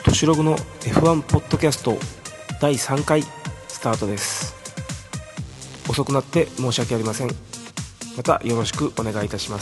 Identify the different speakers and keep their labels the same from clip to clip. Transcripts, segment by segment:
Speaker 1: トシログの F1 ポッドキャスト第3回スタートです。遅くなって申し訳ありません。またよろしくお願いいたします。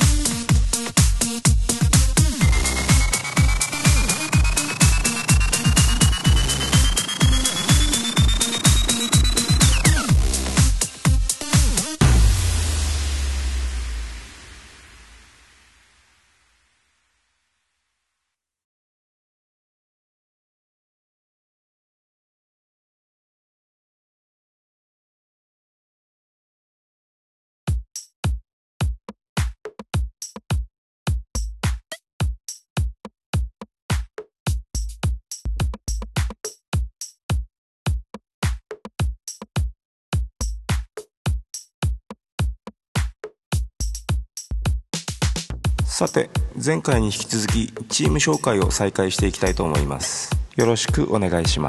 Speaker 1: さて、前回に引き続きチーム紹介を再開していきたいと思います。よろしくお願いします。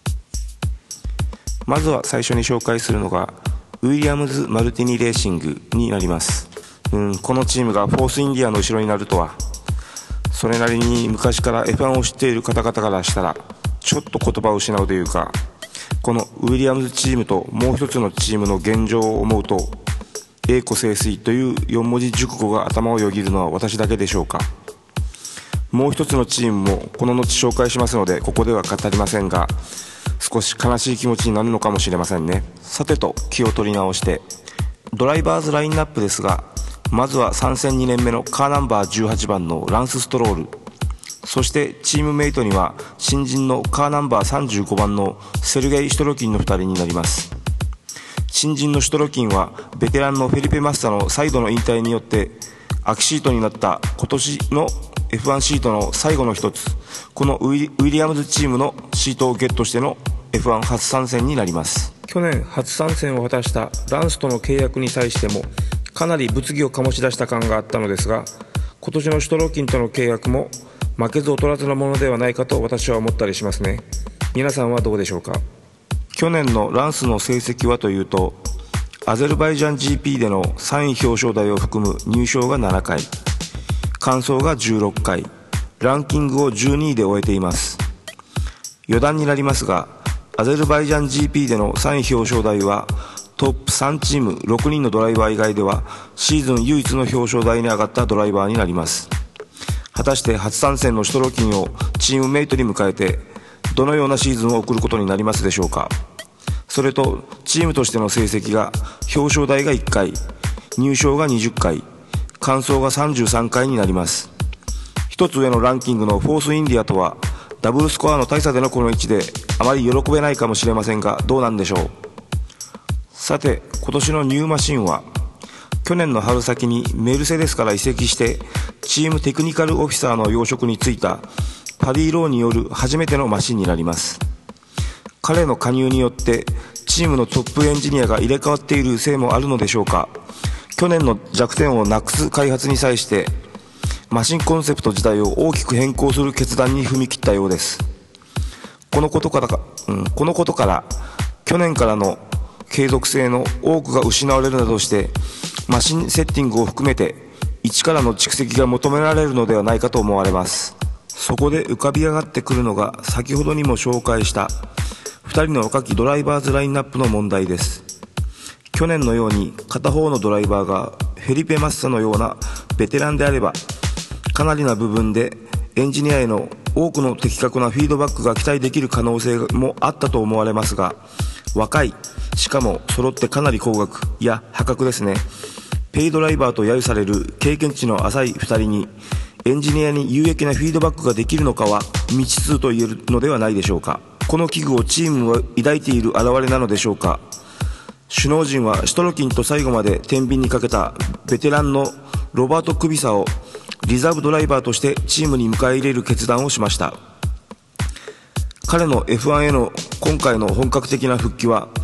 Speaker 1: まずは最初に紹介するのがウィリアムズ・マルティニレーシングになります。このチームがフォースインディアの後ろになるとは。それなりに昔から F1 を知っている方々からしたらちょっと言葉を失うというか、このウィリアムズチームともう一つのチームの現状を思うと、栄枯盛衰という4文字熟語が頭をよぎるのは私だけでしょうか。もう一つのチームもこの後紹介しますのでここでは語りませんが、少し悲しい気持ちになるのかもしれませんね。さてと気を取り直して、ドライバーズラインナップですが、まずは参戦2年目のカーナンバー18番のランス・ストロール、そしてチームメイトには新人のカーナンバー35番のセルゲイ・シュトロキンの2人になります。新人のシュトロキンはベテランのフェリペ・マッサの再度の引退によって空きシートになった今年の F1 シートの最後の一つ、このウィリアムズチームのシートをゲットしての F1 初参戦になります。去年初参戦を果たしたランスとの契約に際してもかなり物議を醸し出した感があったのですが、今年のシュトロキンとの契約も負けず劣らずのものではないかと私は思ったりしますね。皆さんはどうでしょうか。去年のランスの成績はというと、アゼルバイジャン GP での3位表彰台を含む入賞が7回、完走が16回、ランキングを12位で終えています。余談になりますが、アゼルバイジャン GP での3位表彰台はトップ3チーム6人のドライバー以外ではシーズン唯一の表彰台に上がったドライバーになります。果たして初参戦のシュトロキンをチームメイトに迎えてどのようなシーズンを送ることになりますでしょうか。それとチームとしての成績が表彰台が1回、入賞が20回、完走が33回になります。一つ上のランキングのフォースインディアとはダブルスコアの大差でのこの位置であまり喜べないかもしれませんが、どうなんでしょう。さて、今年のニューマシンは去年の春先にメルセデスから移籍してチームテクニカルオフィサーの要職に就いたパディ・ローによる初めてのマシンになります。彼の加入によってチームのトップエンジニアが入れ替わっているせいもあるのでしょうか。去年の弱点をなくす開発に際してマシンコンセプト自体を大きく変更する決断に踏み切ったようです。このことから去年からの継続性の多くが失われるなどしてマシンセッティングを含めて一からの蓄積が求められるのではないかと思われます。そこで浮かび上がってくるのが先ほどにも紹介した2人の若きドライバーズラインナップの問題です。去年のように片方のドライバーがフェリペ・マッサのようなベテランであればかなりな部分でエンジニアへの多くの的確なフィードバックが期待できる可能性もあったと思われますが、若い、しかも揃ってかなり高額、いや破格ですね、ペイドライバーと揶揄される経験値の浅い2人にエンジニアに有益なフィードバックができるのかは未知数と言えるのではないでしょうか。この危惧をチームは抱いている表れなのでしょうか。首脳陣はシュトロキンと最後まで天秤にかけたベテランのロバート・クビサをリザーブドライバーとしてチームに迎え入れる決断をしました。彼の F1 への今回の本格的な復帰は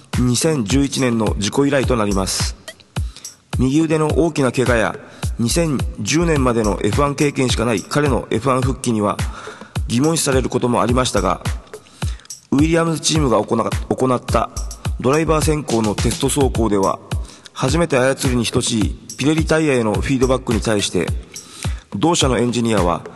Speaker 1: 2011年の事故以来となります。右腕の大きな怪我や2010年までの F1 経験しかない彼の F1 復帰には疑問視されることもありましたが、ウィリアムズチームが行ったドライバー選考のテスト走行では初めて操るに等しいピレリタイヤへのフィードバックに対して同社のエンジニアは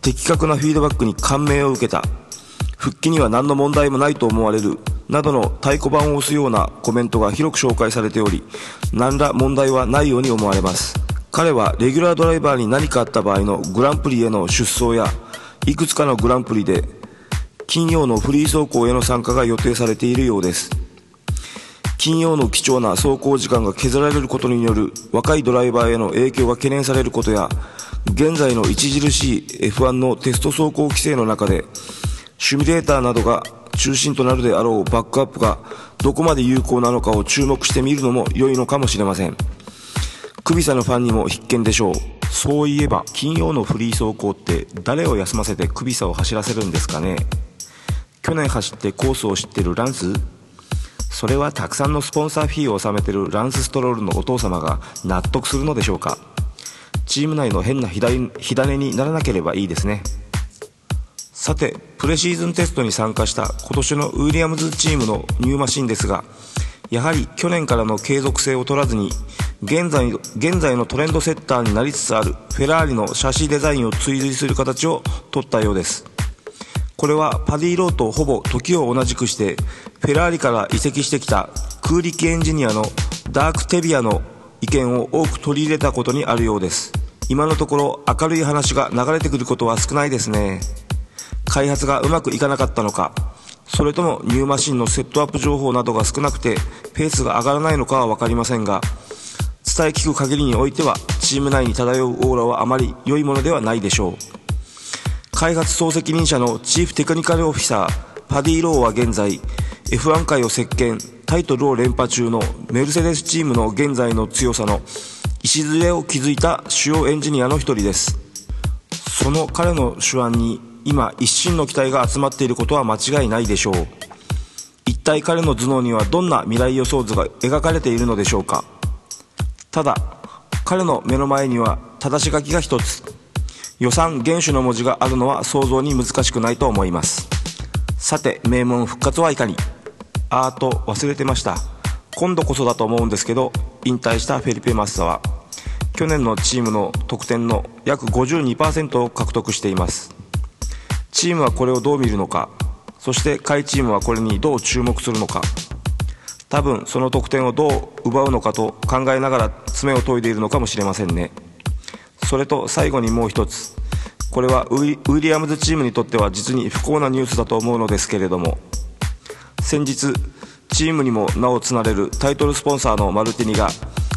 Speaker 1: 的確なフィードバックに感銘を受けた、復帰には何の問題もないと思われるなどの太鼓判を押すようなコメントが広く紹介されており、何ら問題はないように思われます。彼はレギュラードライバーに何かあった場合のグランプリへの出走や、いくつかのグランプリで金曜のフリー走行への参加が予定されているようです。金曜の貴重な走行時間が削られることによる若いドライバーへの影響が懸念されることや、現在の著しい F1 のテスト走行規制の中でシミュレーターなどが中心となるであろうバックアップがどこまで有効なのかを注目してみるのも良いのかもしれません。クビサのファンにも必見でしょう。そういえば金曜のフリー走行って誰を休ませてクビサを走らせるんですかね。去年走ってコースを知ってるランス？それはたくさんのスポンサーフィーを納めてるランス・ストロールのお父様が納得するのでしょうか。チーム内の変な火種にならなければいいですね。さて、プレシーズンテストに参加した今年のウィリアムズチームのニューマシンですが、やはり去年からの継続性を取らずに現在のトレンドセッターになりつつあるフェラーリのシャシーデザインを追随する形を取ったようです。これはパディ・ローとほぼ時を同じくしてフェラーリから移籍してきた空力エンジニアのダーク・テビアの意見を多く取り入れたことにあるようです。今のところ明るい話が流れてくることは少ないですね。開発がうまくいかなかったのか、それともニューマシンのセットアップ情報などが少なくてペースが上がらないのかは分かりませんが、伝え聞く限りにおいてはチーム内に漂うオーラはあまり良いものではないでしょう。開発総責任者のチーフテクニカルオフィサーパディ・ローは現在 F1 界を席巻、タイトルを連覇中のメルセデスチームの現在の強さの礎を築いた主要エンジニアの一人です。その彼の手腕に今一身の期待が集まっていることは間違いないでしょう。一体彼の頭脳にはどんな未来予想図が描かれているのでしょうか。ただ彼の目の前には正し書きが一つ、予算厳守の文字があるのは想像に難しくないと思います。さて、名門復活はいかに。忘れてました。今度こそだと思うんですけど、引退したフェリペ・マッサは去年のチームの得点の約 52% を獲得しています。チームはこれをどう見るのか、そして下位チームはこれにどう注目するのか、多分その得点をどう奪うのかと考えながら詰めを研いでいるのかもしれませんね。それと最後にもう一つ、これはウィリアムズチームにとっては実に不幸なニュースだと思うのですけれども、先日チームにも名を連ねるタイトルスポンサーのマルティニが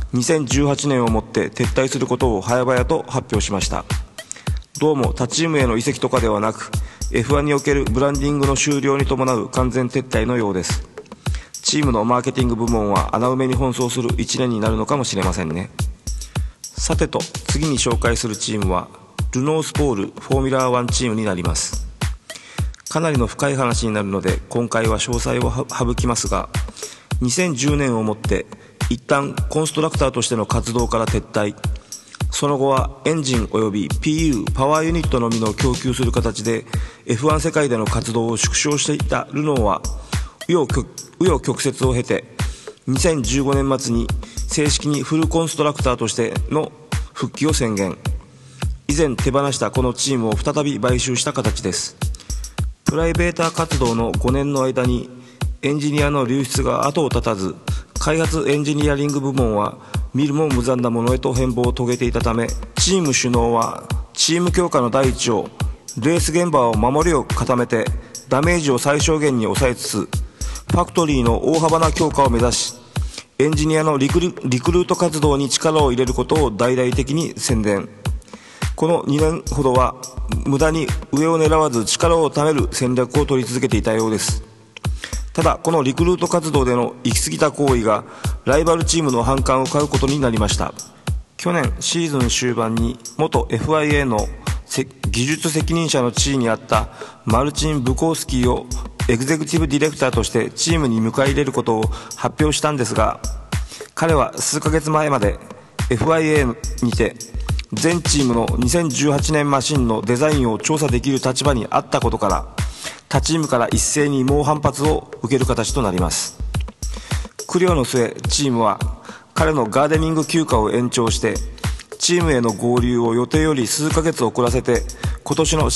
Speaker 1: 2018年をもって撤退することを早々と発表しました。どうも他チームへの移籍とかではなく F1 におけるブランディングの終了に伴う完全撤退のようです。チームのマーケティング部門は穴埋めに奔走する1年になるのかもしれませんね。さてと、次に紹介するチームはルノースポールフォーミュラー1チームになります。かなりの深い話になるので今回は詳細を省きますが、2010年をもって一旦コンストラクターとしての活動から撤退、その後はエンジン及び PU パワーユニットのみの供給する形で F1 世界での活動を縮小していたルノーは紆余曲折を経て2015年末に正式にフルコンストラクターとしての復帰を宣言。以前手放したこのチームを再び買収した形です。プライベーター活動の5年の間にエンジニアの流出が後を絶たず、開発エンジニアリング部門は見るも無残なものへと変貌を遂げていたため、チーム首脳はチーム強化の第一をレース現場を守りを固めてダメージを最小限に抑えつつファクトリーの大幅な強化を目指し、エンジニアのリクルート活動に力を入れることを大々的に宣伝。この2年ほどは無駄に上を狙わず力を貯める戦略を取り続けていたようです。ただこのリクルート活動での行き過ぎた行為がライバルチームの反感を買うことになりました。去年シーズン終盤に元 FIA の技術責任者の地位にあったマルチン・ブコースキーをエグゼクティブディレクターとしてチームに迎え入れることを発表したんですが、彼は数ヶ月前まで FIA にて全チームの2018年マシンのデザインを調査できる立場にあったことから、他チームから一斉に猛反発を受ける形となります。苦慮の末、チームは彼のガーデニング休暇を延長してチームへの合流を予定より数ヶ月遅らせて今年の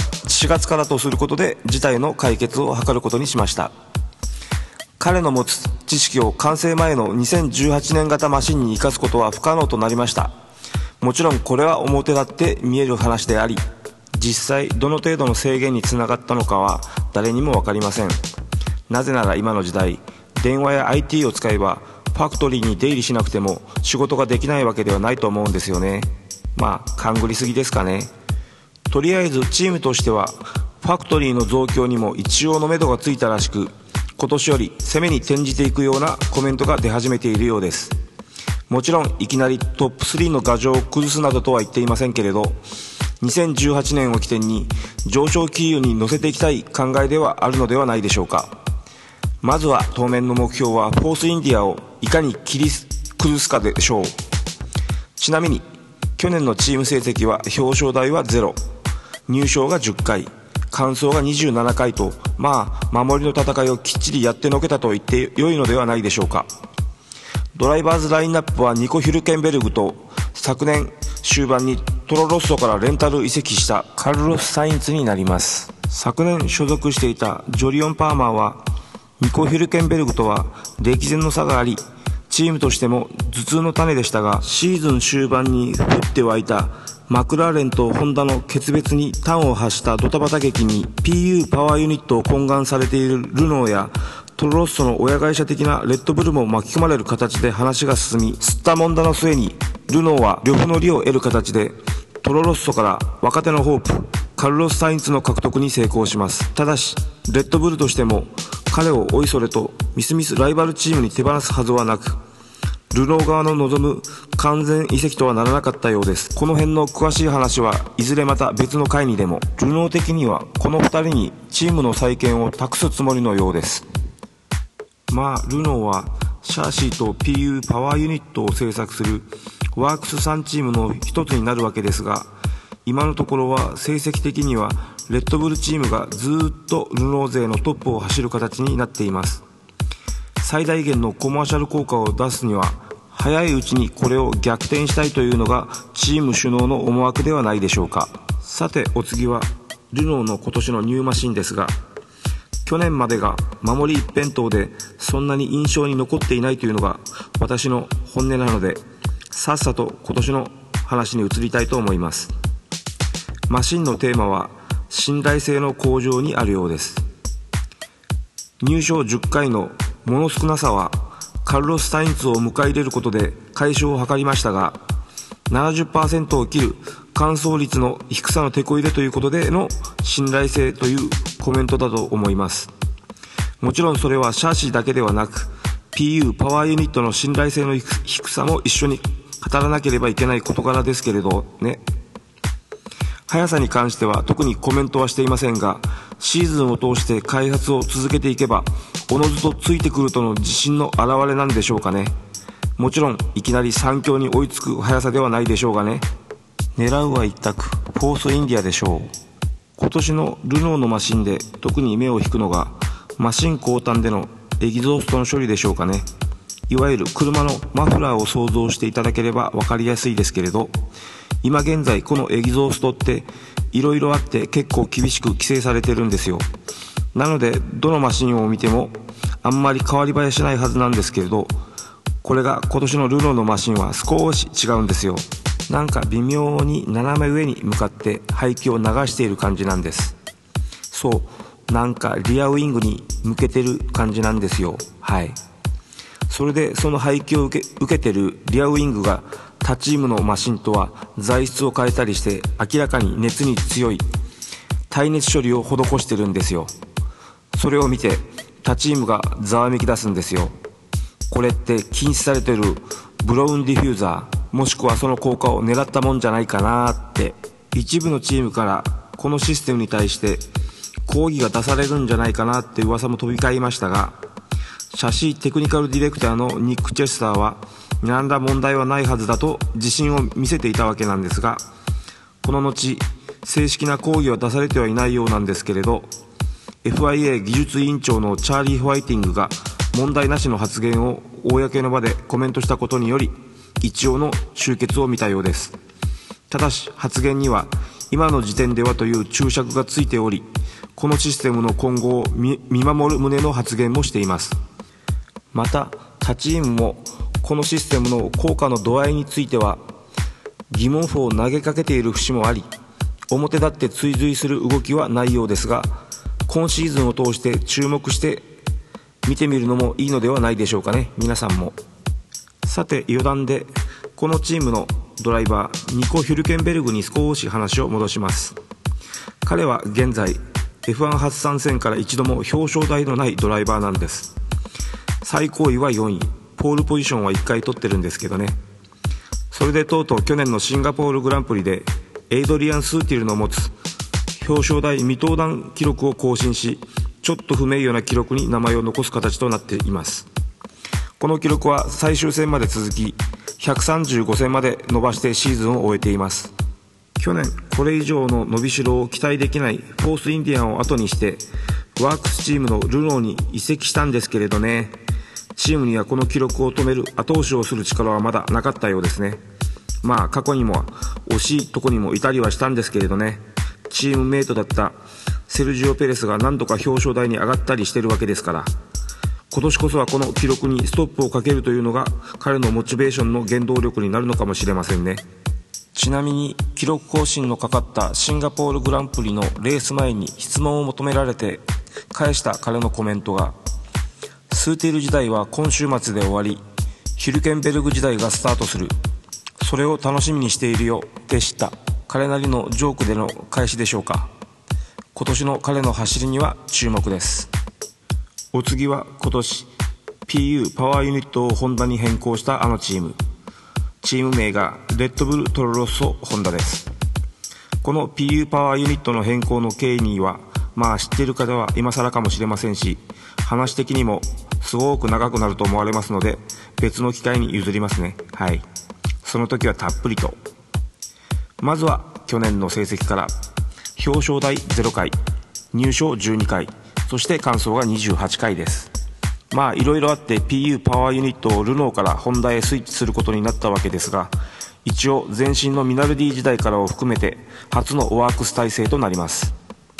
Speaker 1: 4月からとすることで事態の解決を図ることにしました。彼の持つ知識を完成前の2018年型マシンに生かすことは不可能となりました。もちろんこれは表立って見える話であり、実際どの程度の制限につながったのかは誰にも分かりません。なぜなら今の時代、電話や IT を使えばファクトリーに出入りしなくても仕事ができないわけではないと思うんですよね。勘繰りすぎですかね。とりあえずチームとしてはファクトリーの増強にも一応の目処がついたらしく、今年より攻めに転じていくようなコメントが出始めているようです。もちろんいきなりトップ3の牙城を崩すなどとは言っていませんけれど、2018年を起点に上昇気流に乗せていきたい考えではあるのではないでしょうか。まずは当面の目標はフォースインディアをいかに崩すかでしょう。ちなみに去年のチーム成績は表彰台は0、入賞が10回、完走が27回と、守りの戦いをきっちりやってのけたと言って良いのではないでしょうか。ドライバーズラインナップはニコ・ヒュルケンベルグと昨年終盤にトロロッソからレンタル移籍したカルロス・サインツになります。昨年所属していたジョリオン・パーマーはニコ・ヒュルケンベルグとは歴然の差があり、チームとしても頭痛の種でしたが、シーズン終盤に降って湧いたマクラーレンとホンダの決別に端を発したドタバタ劇に PU パワーユニットを懇願されているルノーやトロロッソの親会社的なレッドブルも巻き込まれる形で話が進み、吸ったもんだの末にルノーは両方の利を得る形でトロロッソから若手のホープカルロス・サインツの獲得に成功します。ただしレッドブルとしても彼をおいそれとみすみすライバルチームに手放すはずはなく、ルノー側の望む完全移籍とはならなかったようです。この辺の詳しい話はいずれまた別の回にでも。ルノー的にはこの2人にチームの再建を託すつもりのようです。ルノーはシャーシーと PU パワーユニットを製作するワークス3チームの一つになるわけですが、今のところは成績的にはレッドブルチームがずっとルノー勢のトップを走る形になっています。最大限のコマーシャル効果を出すには早いうちにこれを逆転したいというのがチーム首脳の思惑ではないでしょうか。さてお次はルノーの今年のニューマシンですが、去年までが守り一辺倒でそんなに印象に残っていないというのが私の本音なので、さっさと今年の話に移りたいと思います。マシンのテーマは信頼性の向上にあるようです。入賞10回のもの少なさはカルロス・サインツを迎え入れることで解消を図りましたが、70% を切る完走率の低さのテこ入れということでの信頼性というコメントだと思います。もちろんそれはシャーシーだけではなく PU パワーユニットの信頼性の低さも一緒に語らなければいけない事柄ですけれどね。速さに関しては特にコメントはしていませんが、シーズンを通して開発を続けていけばおのずとついてくるとの自信の表れなんでしょうかね。もちろんいきなり3強に追いつく速さではないでしょうがね。狙うは一択、フォースインディアでしょう。今年のルノーのマシンで特に目を引くのがマシン後端でのエキゾーストの処理でしょうかね。いわゆる車のマフラーを想像していただければ分かりやすいですけれど、今現在このエキゾーストっていろいろあって結構厳しく規制されてるんですよ。なのでどのマシンを見てもあんまり変わり映えしないはずなんですけれど、これが今年のルノーのマシンは少し違うんですよ。なんか微妙に斜め上に向かって排気を流している感じなんです。そう、なんかリアウイングに向けてる感じなんですよ。はい。それでその排気を受けてるリアウイングが他チームのマシンとは材質を変えたりして明らかに熱に強い耐熱処理を施してるんですよ。それを見て他チームがざわめき出すんですよ。これって禁止されてるブロウンディフューザー、もしくはその効果を狙ったもんじゃないかなって。一部のチームからこのシステムに対して抗議が出されるんじゃないかなって噂も飛び交いましたが、シャシーテクニカルディレクターのニック・チェスターは何ら問題はないはずだと自信を見せていたわけなんですが、この後正式な抗議は出されてはいないようなんですけれど、 FIA 技術委員長のチャーリー・ホワイティングが問題なしの発言を公の場でコメントしたことにより一応の終結を見たようです。ただし発言には今の時点ではという注釈がついており、このシステムの今後を見守る旨の発言もしています。また他チームもこのシステムの効果の度合いについては疑問符を投げかけている節もあり、表立って追随する動きはないようですが、今シーズンを通して注目して見てみるのもいいのではないでしょうかね、皆さんも。さて余談でこのチームのドライバーニコ・ヒュルケンベルグに少し話を戻します。彼は現在 F1 初参戦から一度も表彰台のないドライバーなんです。最高位は4位、ポールポジションは1回取ってるんですけどね。それでとうとう去年のシンガポールグランプリでエイドリアン・スーティルの持つ表彰台未登壇記録を更新し、ちょっと不名誉な記録に名前を残す形となっています。この記録は最終戦まで続き、135戦まで伸ばしてシーズンを終えています。去年これ以上の伸びしろを期待できないフォースインディアンを後にしてワークスチームのルノーに移籍したんですけれどね、チームにはこの記録を止める後押しをする力はまだなかったようですね。まあ過去にも惜しいとこにもいたりはしたんですけれどね、チームメイトだったセルジオ・ペレスが何度か表彰台に上がったりしてるわけですから、今年こそはこの記録にストップをかけるというのが彼のモチベーションの原動力になるのかもしれませんね。ちなみに記録更新のかかったシンガポールグランプリのレース前に質問を求められて返した彼のコメントが、スーティル時代は今週末で終わり、ヒルケンベルグ時代がスタートする、それを楽しみにしているよでした。彼なりのジョークでの返しでしょうか。今年の彼の走りには注目です。お次は今年 PU パワーユニットをホンダに変更したあのチーム名がレッドブルトロロッソホンダです。この PU パワーユニットの変更の経緯はまあ知っている方は今更かもしれませんし、話的にもすごく長くなると思われますので別の機会に譲りますね。はい、その時はたっぷりと。まずは去年の成績から。表彰台0回、入賞12回、そして完走が28回です。まあいろいろあって PU パワーユニットをルノーからホンダへスイッチすることになったわけですが、一応前身のミナルディ時代からを含めて初のワークス体制となります。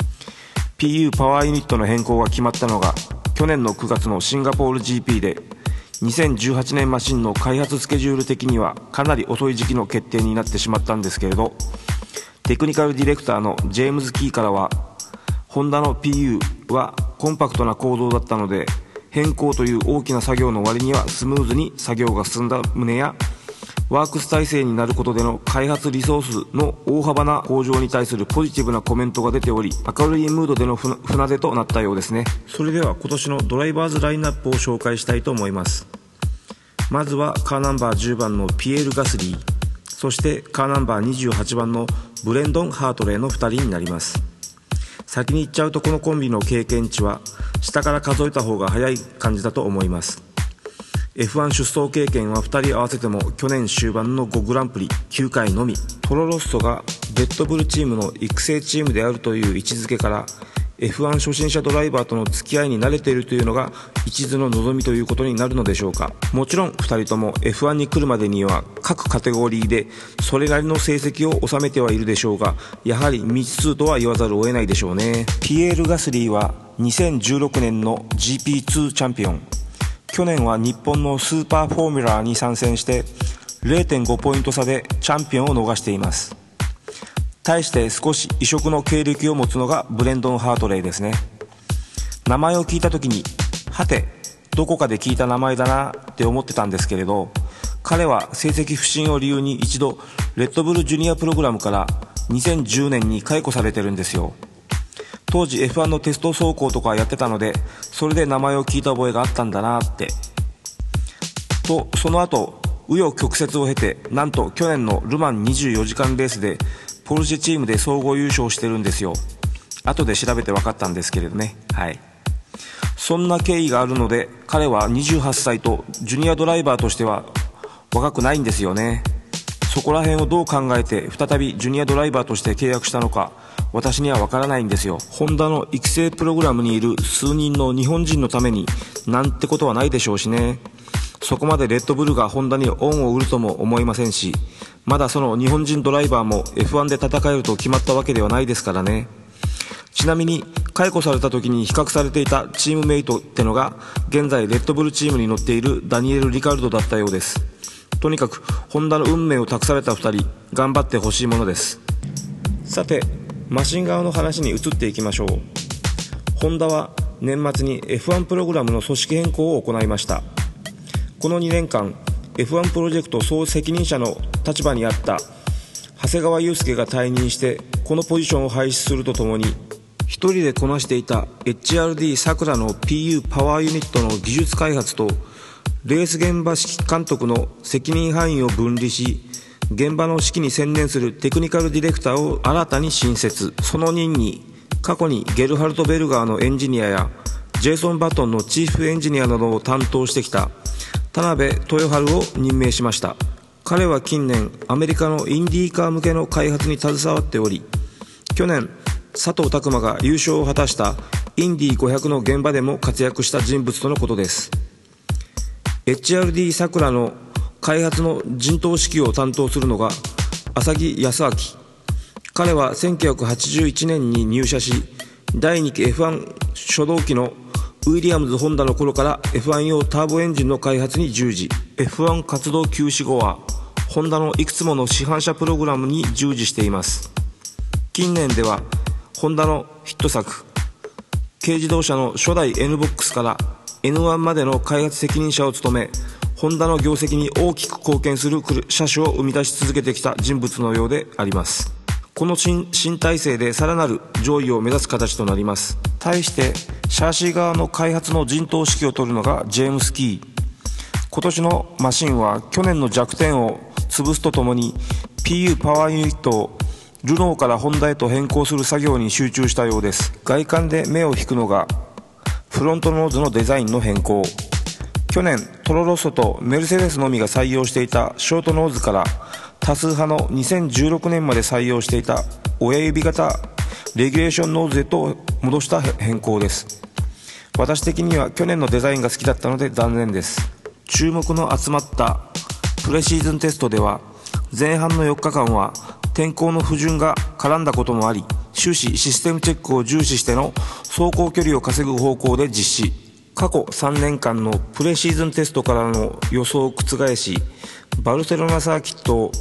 Speaker 1: PU パワーユニットの変更が決まったのが去年の9月のシンガポール GP で、2018年マシンの開発スケジュール的にはかなり遅い時期の決定になってしまったんですけれど、テクニカルディレクターのジェームズ・キーからは、ホンダの PU はコンパクトな構造だったので変更という大きな作業の割にはスムーズに作業が進んだ旨や、ワークス体制になることでの開発リソースの大幅な向上に対するポジティブなコメントが出ており、明るいムードでの船出となったようですね。それでは今年のドライバーズラインナップを紹介したいと思います。まずはカーナンバー10番のピエール・ガスリー、そしてカーナンバー28番のブレンドン・ハートレーの2人になります。先に言っちゃうとこのコンビの経験値は下から数えた方が早い感じだと思います。 F1 出走経験は2人合わせても去年終盤の5グランプリ9回のみ。トロロッソがレッドブルチームの育成チームであるという位置づけから F1 初心者ドライバーとの付き合いに慣れているというのが一途の望みということになるのでしょうか。もちろん2人とも F1 に来るまでには各カテゴリーでそれなりの成績を収めてはいるでしょうが、やはり未知数とは言わざるを得ないでしょうね。ピエール・ガスリーは2016年の GP2 チャンピオン、去年は日本のスーパーフォーミュラーに参戦して 0.5 ポイント差でチャンピオンを逃しています。対して少し異色の経歴を持つのがブレンドン・ハートレイですね。名前を聞いた時にはてどこかで聞いた名前だなって思ってたんですけれど、彼は成績不振を理由に一度レッドブルジュニアプログラムから2010年に解雇されてるんですよ。当時 F1 のテスト走行とかやってたので、それで名前を聞いた覚えがあったんだなってと、その後紆余曲折を経て、なんと去年のルマン24時間レースでポルシェチームで総合優勝してるんですよ。後で調べて分かったんですけれどね。はい、そんな経緯があるので彼は28歳とジュニアドライバーとしては若くないんですよね。そこら辺をどう考えて再びジュニアドライバーとして契約したのか私には分からないんですよ。ホンダの育成プログラムにいる数人の日本人のためになんてことはないでしょうしね。そこまでレッドブルがホンダに恩を売るとも思いませんし、 まだその日本人ドライバーも F1 で戦えると決まったわけではないですからね。ちなみに解雇された時に比較されていたチームメイトってのが現在レッドブルチームに乗っているダニエル・リカルドだったようです。とにかくホンダの運命を託された2人、頑張ってほしいものです。さてマシン側の話に移っていきましょう。ホンダは年末に F1 プログラムの組織変更を行いました。この2年間 F1 プロジェクト総責任者の立場にあった長谷川祐介が退任してこのポジションを廃止するとともに、一人でこなしていた HRD さくらの PU パワーユニットの技術開発とレース現場指揮監督の責任範囲を分離し、現場の指揮に専念するテクニカルディレクターを新たに新設。その任に過去にゲルハルト・ベルガーのエンジニアやジェイソン・バトンのチーフエンジニアなどを担当してきた田辺豊春を任命しました。彼は近年アメリカのインディーカー向けの開発に携わっており、去年佐藤拓磨が優勝を果たしたインディ500の現場でも活躍した人物とのことです。 HRD さくらの開発の陣頭指揮を担当するのが浅木康明。彼は1981年に入社し、第2期 F1 初動機のウィリアムズ・ホンダの頃から F1 用ターボエンジンの開発に従事。 F1 活動休止後はホンダのいくつもの市販車プログラムに従事しています。近年ではホンダのヒット作軽自動車の初代 NBOX から N1 までの開発責任者を務め、ホンダの業績に大きく貢献する車種を生み出し続けてきた人物のようであります。この新体制でさらなる上位を目指す形となります。対してシャーシー側の開発の陣頭指揮を取るのがジェームス・キー。今年のマシンは去年の弱点を潰すとともに PU パワーユニットをルノーからホンダへと変更する作業に集中したようです。外観で目を引くのがフロントノーズのデザインの変更。去年トロロッソとメルセデスのみが採用していたショートノーズから多数派の2016年まで採用していた親指型レギュレーションノーズへと戻した変更です。私的には去年のデザインが好きだったので残念です。注目の集まったプレシーズンテストでは前半の4日間は天候の不順が絡んだこともあり、終始システムチェックを重視しての走行距離を稼ぐ方向で実施。過去3年間のプレシーズンテストからの予想を覆し、バルセロナサーキットを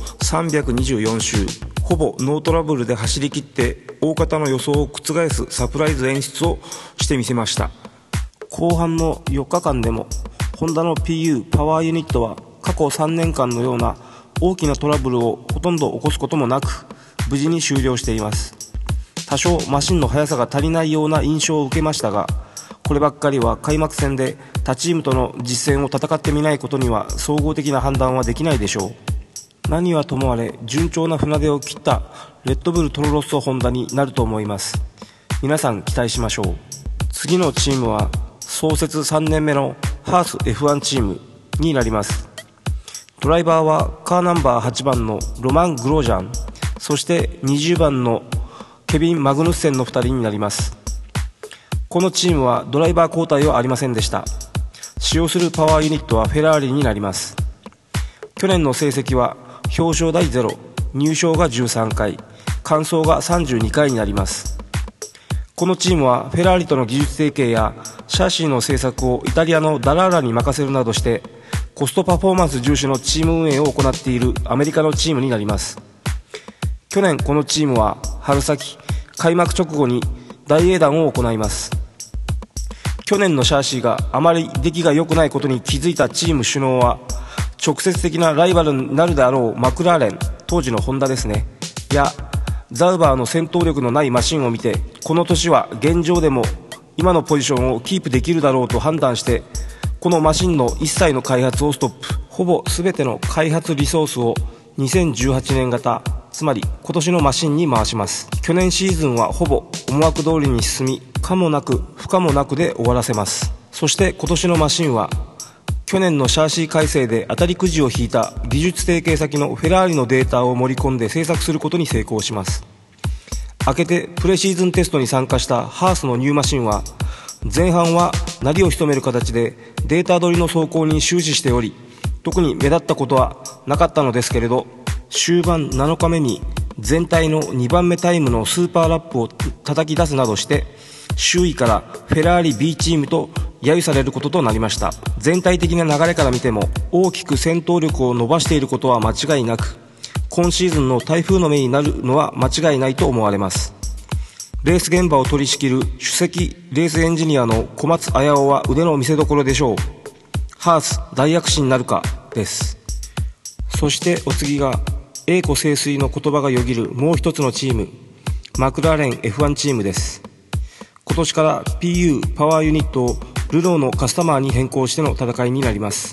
Speaker 1: 324周ほぼノートラブルで走り切って大方の予想を覆すサプライズ演出をしてみせました。後半の4日間でもホンダの PU パワーユニットは過去3年間のような大きなトラブルをほとんど起こすこともなく無事に終了しています。多少マシンの速さが足りないような印象を受けましたが、こればっかりは開幕戦で他チームとの実戦を戦ってみないことには総合的な判断はできないでしょう。何はともあれ順調な船出を切ったレッドブルトロロッソホンダになると思います。皆さん期待しましょう。次のチームは創設3年目のハース F1 チームになります。ドライバーはカーナンバー8番のロマン・グロージャン、そして20番のケビン・マグヌッセンの2人になります。このチームはドライバー交代はありませんでした。使用するパワーユニットはフェラーリになります。去年の成績は表彰台0、入賞が13回、完走が32回になります。このチームはフェラーリとの技術提携やシャーシーの製作をイタリアのダラーラに任せるなどしてコストパフォーマンス重視のチーム運営を行っているアメリカのチームになります。去年このチームは春先開幕直後に大英断を行います。去年のシャーシーがあまり出来が良くないことに気づいたチーム首脳は直接的なライバルになるであろうマクラーレン、当時のホンダですね、やザウバーの戦闘力のないマシンを見て、この年は現状でも今のポジションをキープできるだろうと判断してこのマシンの一切の開発をストップ。ほぼ全ての開発リソースを2018年型、つまり今年のマシンに回します。去年シーズンはほぼ思惑通りに進み、可もなく不可もなくで終わらせます。そして今年のマシンは去年のシャーシー改正で当たりくじを引いた技術提携先のフェラーリのデータを盛り込んで製作することに成功します。明けてプレシーズンテストに参加したハースのニューマシンは前半は鳴りを潜める形でデータ取りの走行に終始しており、特に目立ったことはなかったのですけれど、 終盤7日目に全体の2番目タイムのスーパーラップを叩き出すなどして周囲からフェラーリ B チームと揶揄されることとなりました。全体的な流れから見ても大きく戦闘力を伸ばしていることは間違いなく、今シーズンの台風の目になるのは間違いないと思われます。レース現場を取り仕切る首席レースエンジニアの小松綾夫は腕の見せ所でしょう。ハース大躍進なるかです。そしてお次が栄枯盛衰の言葉がよぎるもう一つのチーム、マクラーレン F1 チームです。今年から PU パワーユニットをルノーのカスタマーに変更しての戦いになります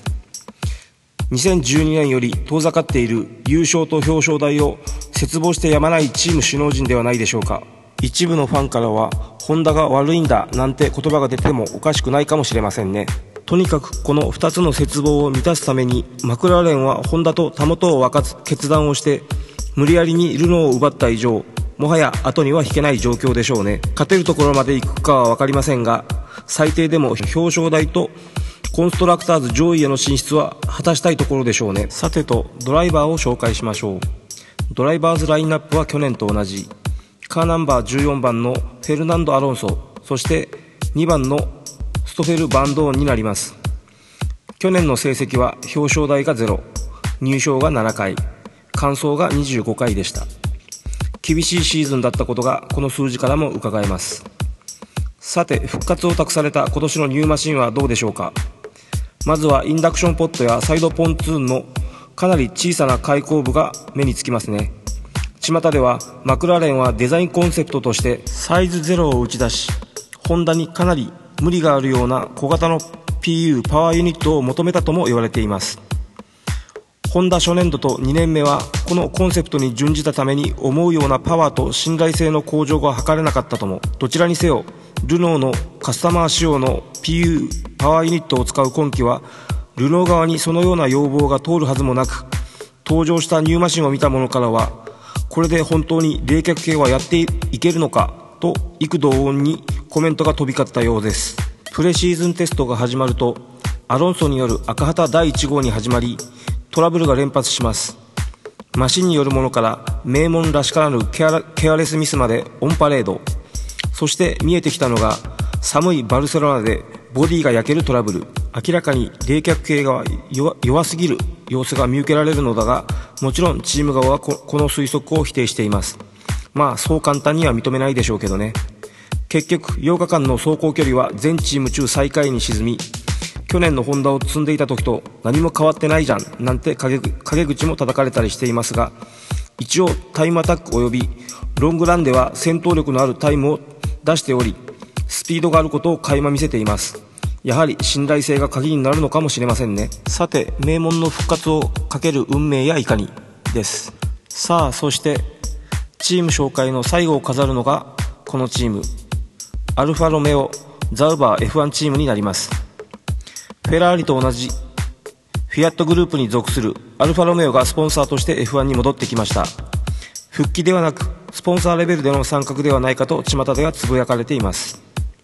Speaker 1: 。2012年より遠ざかっている優勝と表彰台を切望してやまないチーム首脳陣ではないでしょうか。一部のファンからはホンダが悪いんだなんて言葉が出てもおかしくないかもしれませんね。とにかくこの2つの切望を満たすためにマクラーレンはホンダとたもとを分かつ決断をして無理やりにルノーを奪った以上、もはや後には引けない状況でしょうね。勝てるところまで行くかは分かりませんが、最低でも表彰台とコンストラクターズ上位への進出は果たしたいところでしょうね。さてとドライバーを紹介しましょう。ドライバーズラインナップは去年と同じ。カーナンバー14番のフェルナンド・アロンソ、そして2番のストフェル・バンドーンになります。去年の成績は表彰台が0、入賞が7回、完走が25回でした。厳しいシーズンだったことがこの数字からも伺えます。さて、復活を託された今年のニューマシンはどうでしょうか。まずはインダクションポットやサイドポンツーンのかなり小さな開口部が目につきますね。巷ではマクラーレンはデザインコンセプトとしてサイズ0を打ち出し、ホンダにかなり無理があるような小型の PU パワーユニットを求めたとも言われています。ホンダ初年度と2年目はこのコンセプトに準じたために思うようなパワーと信頼性の向上が図れなかったとも。どちらにせよルノーのカスタマー仕様の PU パワーユニットを使う今季はルノー側にそのような要望が通るはずもなく、登場したニューマシンを見た者からはこれで本当に冷却系はやっていけるのかと幾度音にコメントが飛び交ったようです。プレシーズンテストが始まるとアロンソによる赤旗第1号に始まり、トラブルが連発します。マシンによるものから名門らしからぬケアレスミスまでオンパレード。そして見えてきたのが寒いバルセロナでボディが焼けるトラブル。明らかに冷却系が弱すぎる様子が見受けられるのだが、もちろんチーム側はこの推測を否定しています。まあそう簡単には認めないでしょうけどね。結局8日間の走行距離は全チーム中最下位に沈み、去年のホンダを積んでいた時と何も変わってないじゃんなんて陰口も叩かれたりしていますが、一応タイムアタック及びロングランでは戦闘力のあるタイムを出しており、スピードがあることを垣間見せています。やはり信頼性が鍵になるのかもしれませんね。さて、名門の復活をかける運命やいかにです。さあ、そしてチーム紹介の最後を飾るのがこのチーム、アルファロメオザウバー F1 チームになります。フェラーリと同じフィアットグループに属するアルファロメオがスポンサーとして F1 に戻ってきました。復帰ではなくスポンサーレベルでの参画ではないかと巷ではつぶやかれています。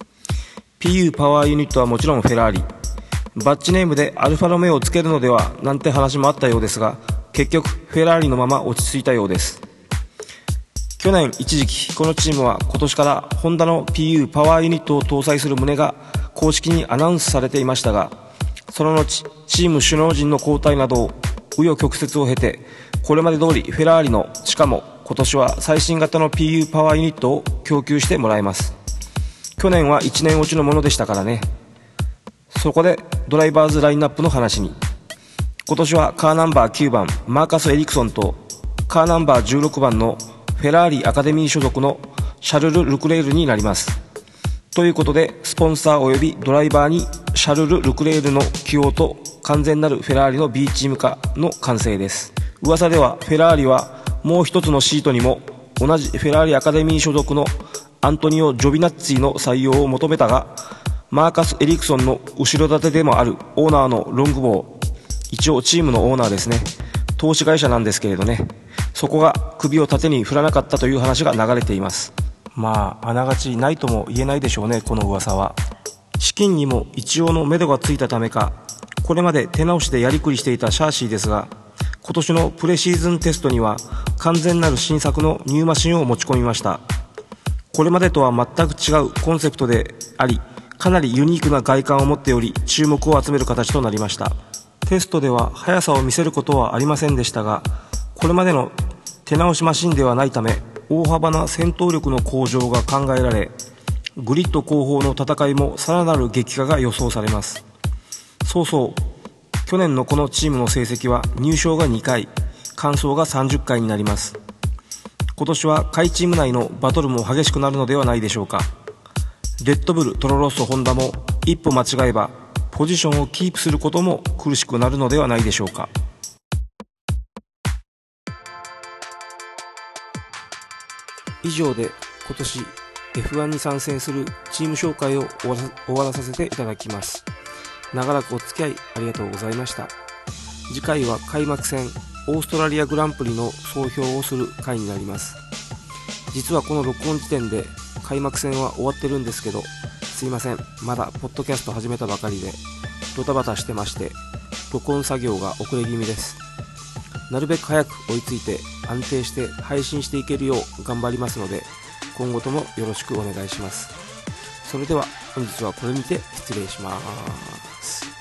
Speaker 1: PU パワーユニットはもちろんフェラーリ、バッジネームでアルファロメオをつけるのではなんて話もあったようですが、結局フェラーリのまま落ち着いたようです。去年一時期このチームは今年からホンダの PU パワーユニットを搭載する旨が公式にアナウンスされていましたが、その後チーム首脳陣の交代などを紆余曲折を経て、これまで通りフェラーリの、しかも今年は最新型の PU パワーユニットを供給してもらいます。去年は1年落ちのものでしたからね。そこでドライバーズラインナップの話に。今年はカーナンバー9番マーカス・エリクソンとカーナンバー16番のフェラーリアカデミー所属のシャルル・ルクレールになります。ということでスポンサーおよびドライバーにシャルル・ルクレールの起用と完全なるフェラーリの B チーム化の完成です。噂ではフェラーリはもう一つのシートにも同じフェラーリアカデミー所属のアントニオ・ジョビナッツィの採用を求めたが、マーカス・エリクソンの後ろ盾でもあるオーナーのロングボー、一応チームのオーナーですね、投資会社なんですけれどね、そこが首を縦に振らなかったという話が流れています。まああながちないとも言えないでしょうね。この噂は資金にも一応の目処がついたためか、これまで手直しでやりくりしていたシャーシーですが、 今年のプレシーズンテストには完全なる新作のニューマシンを持ち込みました。これまでとは全く違うコンセプトであり、かなりユニークな外観を持っており、注目を集める形となりました。テストでは速さを見せることはありませんでしたが、これまでの手直しマシンではないため、大幅な戦闘力の向上が考えられ、グリッド後方の戦いもさらなる激化が予想されます。去年のこのチームの成績は入賞が2回、完走が30回になります。今年は下位チーム内のバトルも激しくなるのではないでしょうか。レッドブル、トロロッソ、ホンダも一歩間違えばポジションをキープすることも苦しくなるのではないでしょうか。以上で今年 F1 に参戦するチーム紹介を終わらさせていただきます。長らくお付き合いありがとうございました。次回は開幕戦オーストラリアグランプリの総評をする回になります。実はこの録音時点で開幕戦は終わってるんですけど、すいません、まだポッドキャスト始めたばかりでドタバタしてまして、録音作業が遅れ気味です。なるべく早く追いついて安定して配信していけるよう頑張りますので、今後ともよろしくお願いします。それでは本日はこれにて失礼します。